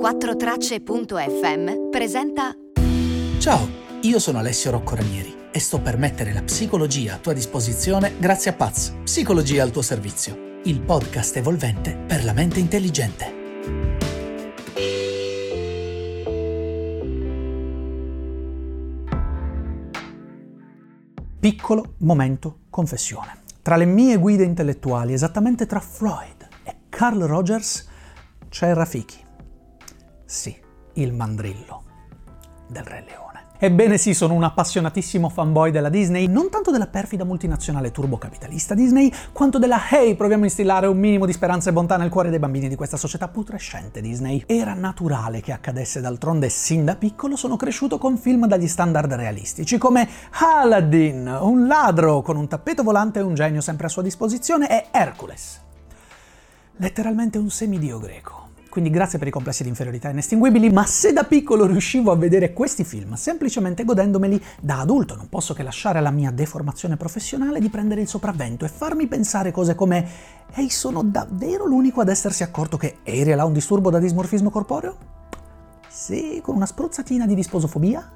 4Tracce.fm presenta. Ciao, io sono Alessio Rocco Ranieri e sto per mettere la psicologia a tua disposizione grazie a Paz, Psicologia al tuo servizio, il podcast evolvente per la mente intelligente. Piccolo momento confessione. Tra le mie guide intellettuali, esattamente tra Freud e Carl Rogers, c'è Rafiki. Sì, il mandrillo del Re Leone. Ebbene sì, sono un appassionatissimo fanboy della Disney, non tanto della perfida multinazionale turbocapitalista Disney, quanto della hey, proviamo a instillare un minimo di speranza e bontà nel cuore dei bambini di questa società putrescente Disney. Era naturale che accadesse, d'altronde sin da piccolo sono cresciuto con film dagli standard realistici, come Aladdin, un ladro con un tappeto volante e un genio sempre a sua disposizione, e Hercules. Letteralmente un semidio greco. Quindi grazie per i complessi di inferiorità inestinguibili, ma se da piccolo riuscivo a vedere questi film semplicemente godendomeli, da adulto non posso che lasciare alla mia deformazione professionale di prendere il sopravvento e farmi pensare cose come: ehi, sono davvero l'unico ad essersi accorto che Ariel ha un disturbo da dismorfismo corporeo? Sì, con una spruzzatina di disposofobia?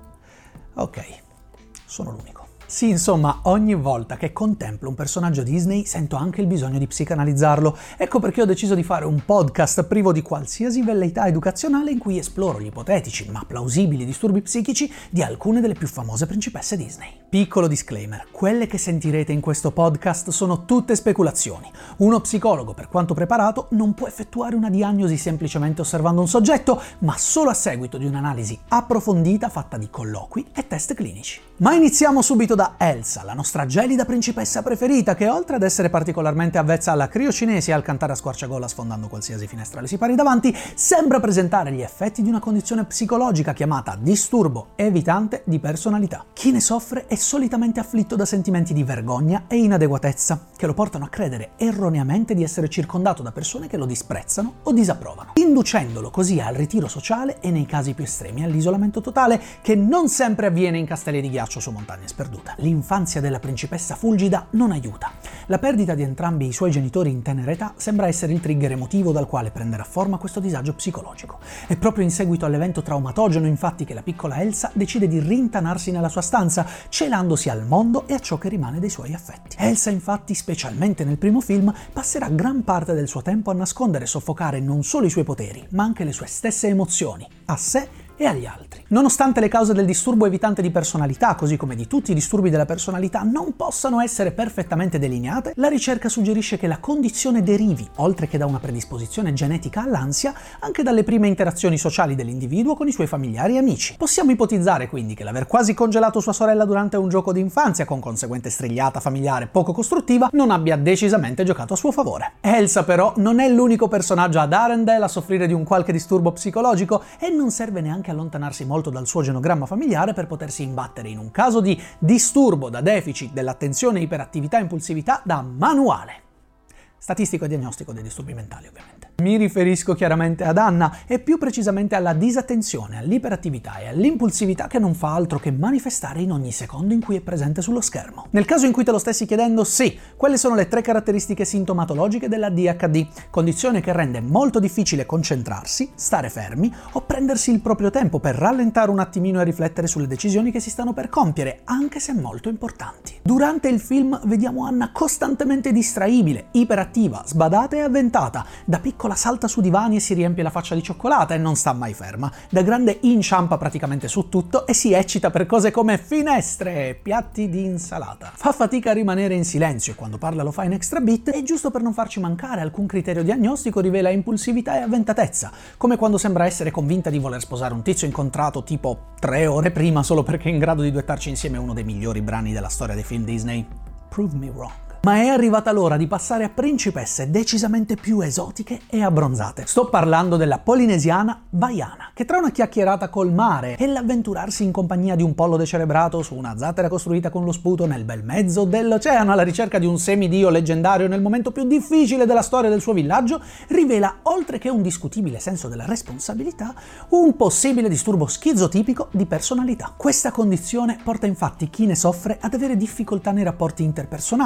Ok, sono l'unico. Sì, insomma, ogni volta che contemplo un personaggio Disney sento anche il bisogno di psicanalizzarlo. Ecco perché ho deciso di fare un podcast privo di qualsiasi velleità educazionale in cui esploro gli ipotetici ma plausibili disturbi psichici di alcune delle più famose principesse Disney. Piccolo disclaimer, quelle che sentirete in questo podcast sono tutte speculazioni. Uno psicologo, per quanto preparato, non può effettuare una diagnosi semplicemente osservando un soggetto, ma solo a seguito di un'analisi approfondita fatta di colloqui e test clinici. Ma iniziamo subito da Elsa, la nostra gelida principessa preferita, che oltre ad essere particolarmente avvezza alla criocinesi e al cantare a squarciagola sfondando qualsiasi finestra le si pari davanti, sembra presentare gli effetti di una condizione psicologica chiamata disturbo evitante di personalità. Chi ne soffre è solitamente afflitto da sentimenti di vergogna e inadeguatezza, che lo portano a credere erroneamente di essere circondato da persone che lo disprezzano o disapprovano, inducendolo così al ritiro sociale e, nei casi più estremi, all'isolamento totale, che non sempre avviene in castelli di ghiaccio su montagne sperdute. L'infanzia della principessa Fulgida non aiuta. La perdita di entrambi i suoi genitori in tenera età sembra essere il trigger emotivo dal quale prenderà forma questo disagio psicologico. È proprio in seguito all'evento traumatogeno, infatti, che la piccola Elsa decide di rintanarsi nella sua stanza, celandosi al mondo e a ciò che rimane dei suoi affetti. Elsa, infatti, specialmente nel primo film, passerà gran parte del suo tempo a nascondere e soffocare non solo i suoi poteri, ma anche le sue stesse emozioni, a sé e agli altri. Nonostante le cause del disturbo evitante di personalità, così come di tutti i disturbi della personalità, non possano essere perfettamente delineate, la ricerca suggerisce che la condizione derivi, oltre che da una predisposizione genetica all'ansia, anche dalle prime interazioni sociali dell'individuo con i suoi familiari e amici. Possiamo ipotizzare quindi che l'aver quasi congelato sua sorella durante un gioco d'infanzia, con conseguente strigliata familiare poco costruttiva, non abbia decisamente giocato a suo favore. Elsa però non è l'unico personaggio ad Arendelle a soffrire di un qualche disturbo psicologico, e non serve neanche allontanarsi molto dal suo genogramma familiare per potersi imbattere in un caso di disturbo da deficit dell'attenzione, iperattività e impulsività da manuale. Statistico e diagnostico dei disturbi mentali, ovviamente. Mi riferisco chiaramente ad Anna, e più precisamente alla disattenzione, all'iperattività e all'impulsività che non fa altro che manifestare in ogni secondo in cui è presente sullo schermo. Nel caso in cui te lo stessi chiedendo, sì, quelle sono le 3 caratteristiche sintomatologiche della DHD, condizione che rende molto difficile concentrarsi, stare fermi o prendersi il proprio tempo per rallentare un attimino e riflettere sulle decisioni che si stanno per compiere, anche se molto importanti. Durante il film vediamo Anna costantemente distraibile, iperattiva, sbadata e avventata. Da piccola salta su divani e si riempie la faccia di cioccolata e non sta mai ferma. Da grande inciampa praticamente su tutto e si eccita per cose come finestre e piatti di insalata. Fa fatica a rimanere in silenzio e quando parla lo fa in extra beat, e giusto per non farci mancare alcun criterio diagnostico rivela impulsività e avventatezza, come quando sembra essere convinta di voler sposare un tizio incontrato tipo 3 ore prima solo perché è in grado di duettarci insieme uno dei migliori brani della storia dei film Disney. Prove me wrong. Ma è arrivata l'ora di passare a principesse decisamente più esotiche e abbronzate. Sto parlando della polinesiana Vaiana, che tra una chiacchierata col mare e l'avventurarsi in compagnia di un pollo decelebrato su una zattera costruita con lo sputo nel bel mezzo dell'oceano alla ricerca di un semidio leggendario nel momento più difficile della storia del suo villaggio, rivela, oltre che un discutibile senso della responsabilità, un possibile disturbo schizotipico di personalità. Questa condizione porta infatti chi ne soffre ad avere difficoltà nei rapporti interpersonali,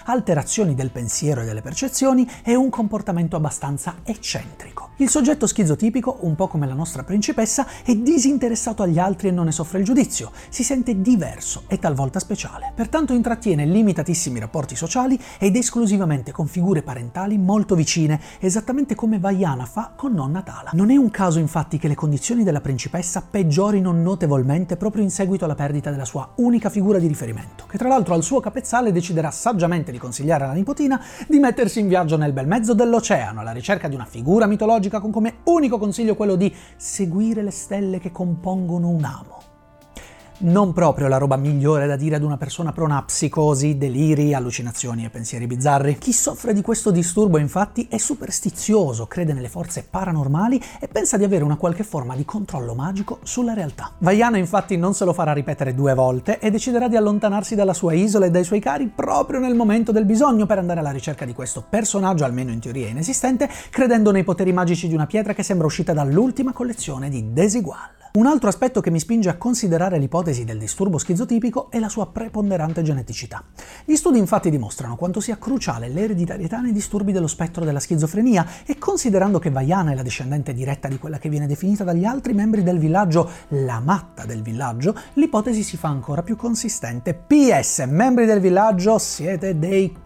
alterazioni del pensiero e delle percezioni e un comportamento abbastanza eccentrico. Il soggetto schizotipico, un po' come la nostra principessa, è disinteressato agli altri e non ne soffre il giudizio, si sente diverso e talvolta speciale. Pertanto intrattiene limitatissimi rapporti sociali ed esclusivamente con figure parentali molto vicine, esattamente come Vaiana fa con nonna Tala. Non è un caso infatti che le condizioni della principessa peggiorino notevolmente proprio in seguito alla perdita della sua unica figura di riferimento, che tra l'altro al suo capezzale deciderà saggiamente di consigliare alla nipotina di mettersi in viaggio nel bel mezzo dell'oceano alla ricerca di una figura mitologica con come unico consiglio quello di seguire le stelle che compongono un amo. Non proprio la roba migliore da dire ad una persona prona a psicosi, deliri, allucinazioni e pensieri bizzarri. Chi soffre di questo disturbo infatti è superstizioso, crede nelle forze paranormali e pensa di avere una qualche forma di controllo magico sulla realtà. Vaiana infatti non se lo farà ripetere 2 volte e deciderà di allontanarsi dalla sua isola e dai suoi cari proprio nel momento del bisogno per andare alla ricerca di questo personaggio, almeno in teoria inesistente, credendo nei poteri magici di una pietra che sembra uscita dall'ultima collezione di Desigual. Un altro aspetto che mi spinge a considerare l'ipotesi del disturbo schizotipico è la sua preponderante geneticità. Gli studi infatti dimostrano quanto sia cruciale l'ereditarietà nei disturbi dello spettro della schizofrenia e considerando che Vaiana è la discendente diretta di quella che viene definita dagli altri membri del villaggio la matta del villaggio, l'ipotesi si fa ancora più consistente. PS, membri del villaggio, siete dei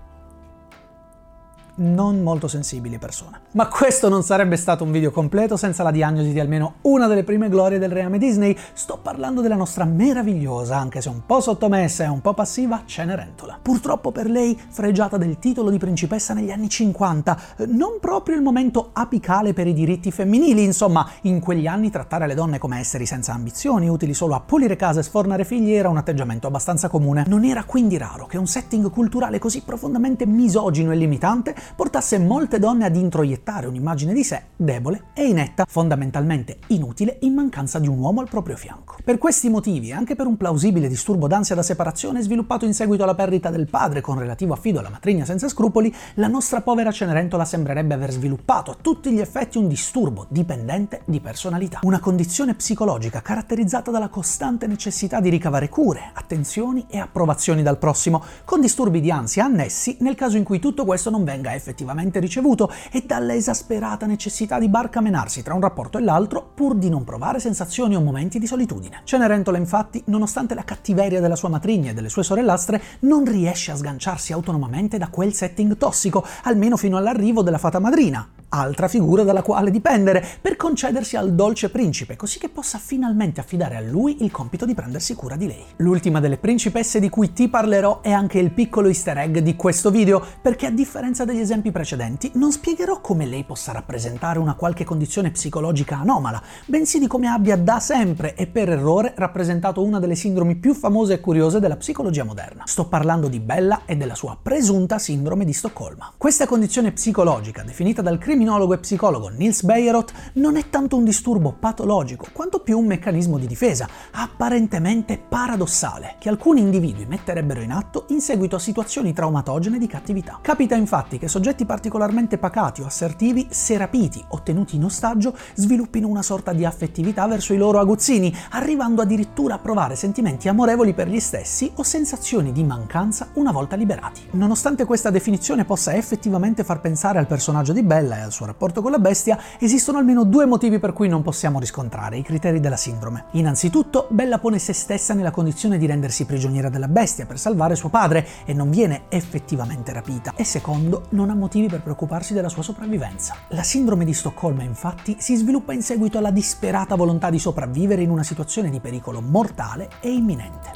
non molto sensibili persone. Ma questo non sarebbe stato un video completo senza la diagnosi di almeno una delle prime glorie del reame Disney. Sto parlando della nostra meravigliosa, anche se un po' sottomessa e un po' passiva, Cenerentola. Purtroppo per lei, fregiata del titolo di principessa negli anni 50, non proprio il momento apicale per i diritti femminili, insomma, in quegli anni trattare le donne come esseri senza ambizioni, utili solo a pulire casa e sfornare figli era un atteggiamento abbastanza comune. Non era quindi raro che un setting culturale così profondamente misogino e limitante portasse molte donne ad introiettare un'immagine di sé debole e inetta, fondamentalmente inutile in mancanza di un uomo al proprio fianco. Per questi motivi, e anche per un plausibile disturbo d'ansia da separazione sviluppato in seguito alla perdita del padre con relativo affido alla matrigna senza scrupoli, la nostra povera Cenerentola sembrerebbe aver sviluppato a tutti gli effetti un disturbo dipendente di personalità. Una condizione psicologica caratterizzata dalla costante necessità di ricavare cure, attenzioni e approvazioni dal prossimo, con disturbi di ansia annessi nel caso in cui tutto questo non venga effettivamente ricevuto e dalla esasperata necessità di barcamenarsi tra un rapporto e l'altro pur di non provare sensazioni o momenti di solitudine. Cenerentola infatti, nonostante la cattiveria della sua matrigna e delle sue sorellastre, non riesce a sganciarsi autonomamente da quel setting tossico, almeno fino all'arrivo della fata madrina, altra figura dalla quale dipendere, per concedersi al dolce principe, così che possa finalmente affidare a lui il compito di prendersi cura di lei. L'ultima delle principesse di cui ti parlerò è anche il piccolo easter egg di questo video, perché a differenza degli esempi precedenti non spiegherò come lei possa rappresentare una qualche condizione psicologica anomala, bensì di come abbia da sempre e per errore rappresentato una delle sindromi più famose e curiose della psicologia moderna. Sto parlando di Bella e della sua presunta sindrome di Stoccolma. Questa condizione psicologica, definita dal criminologo e psicologo Niels Bejerot, non è tanto un disturbo patologico quanto più un meccanismo di difesa apparentemente paradossale che alcuni individui metterebbero in atto in seguito a situazioni traumatogene di cattività. Capita infatti che soggetti particolarmente pacati o assertivi, se rapiti o tenuti in ostaggio, sviluppino una sorta di affettività verso i loro aguzzini, arrivando addirittura a provare sentimenti amorevoli per gli stessi o sensazioni di mancanza una volta liberati. Nonostante questa definizione possa effettivamente far pensare al personaggio di Bella e al suo rapporto con la bestia, esistono almeno 2 motivi per cui non possiamo riscontrare i criteri della sindrome. Innanzitutto, Bella pone se stessa nella condizione di rendersi prigioniera della bestia per salvare suo padre e non viene effettivamente rapita, e secondo, non ha motivi per preoccuparsi della sua sopravvivenza. La sindrome di Stoccolma, infatti, si sviluppa in seguito alla disperata volontà di sopravvivere in una situazione di pericolo mortale e imminente.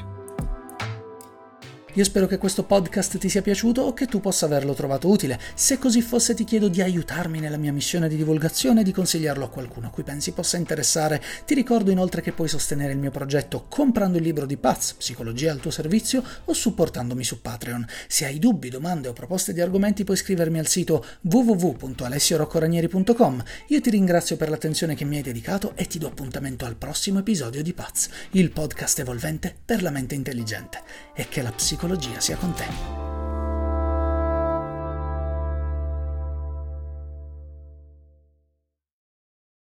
Io spero che questo podcast ti sia piaciuto o che tu possa averlo trovato utile. Se così fosse, ti chiedo di aiutarmi nella mia missione di divulgazione e di consigliarlo a qualcuno a cui pensi possa interessare. Ti ricordo inoltre che puoi sostenere il mio progetto comprando il libro di Paz, Psicologia al tuo servizio, o supportandomi su Patreon. Se hai dubbi, domande o proposte di argomenti puoi scrivermi al sito www.alessioroccoranieri.com. Io ti ringrazio per l'attenzione che mi hai dedicato e ti do appuntamento al prossimo episodio di Paz, il podcast evolvente per la mente intelligente. E che la psicologia sia con te.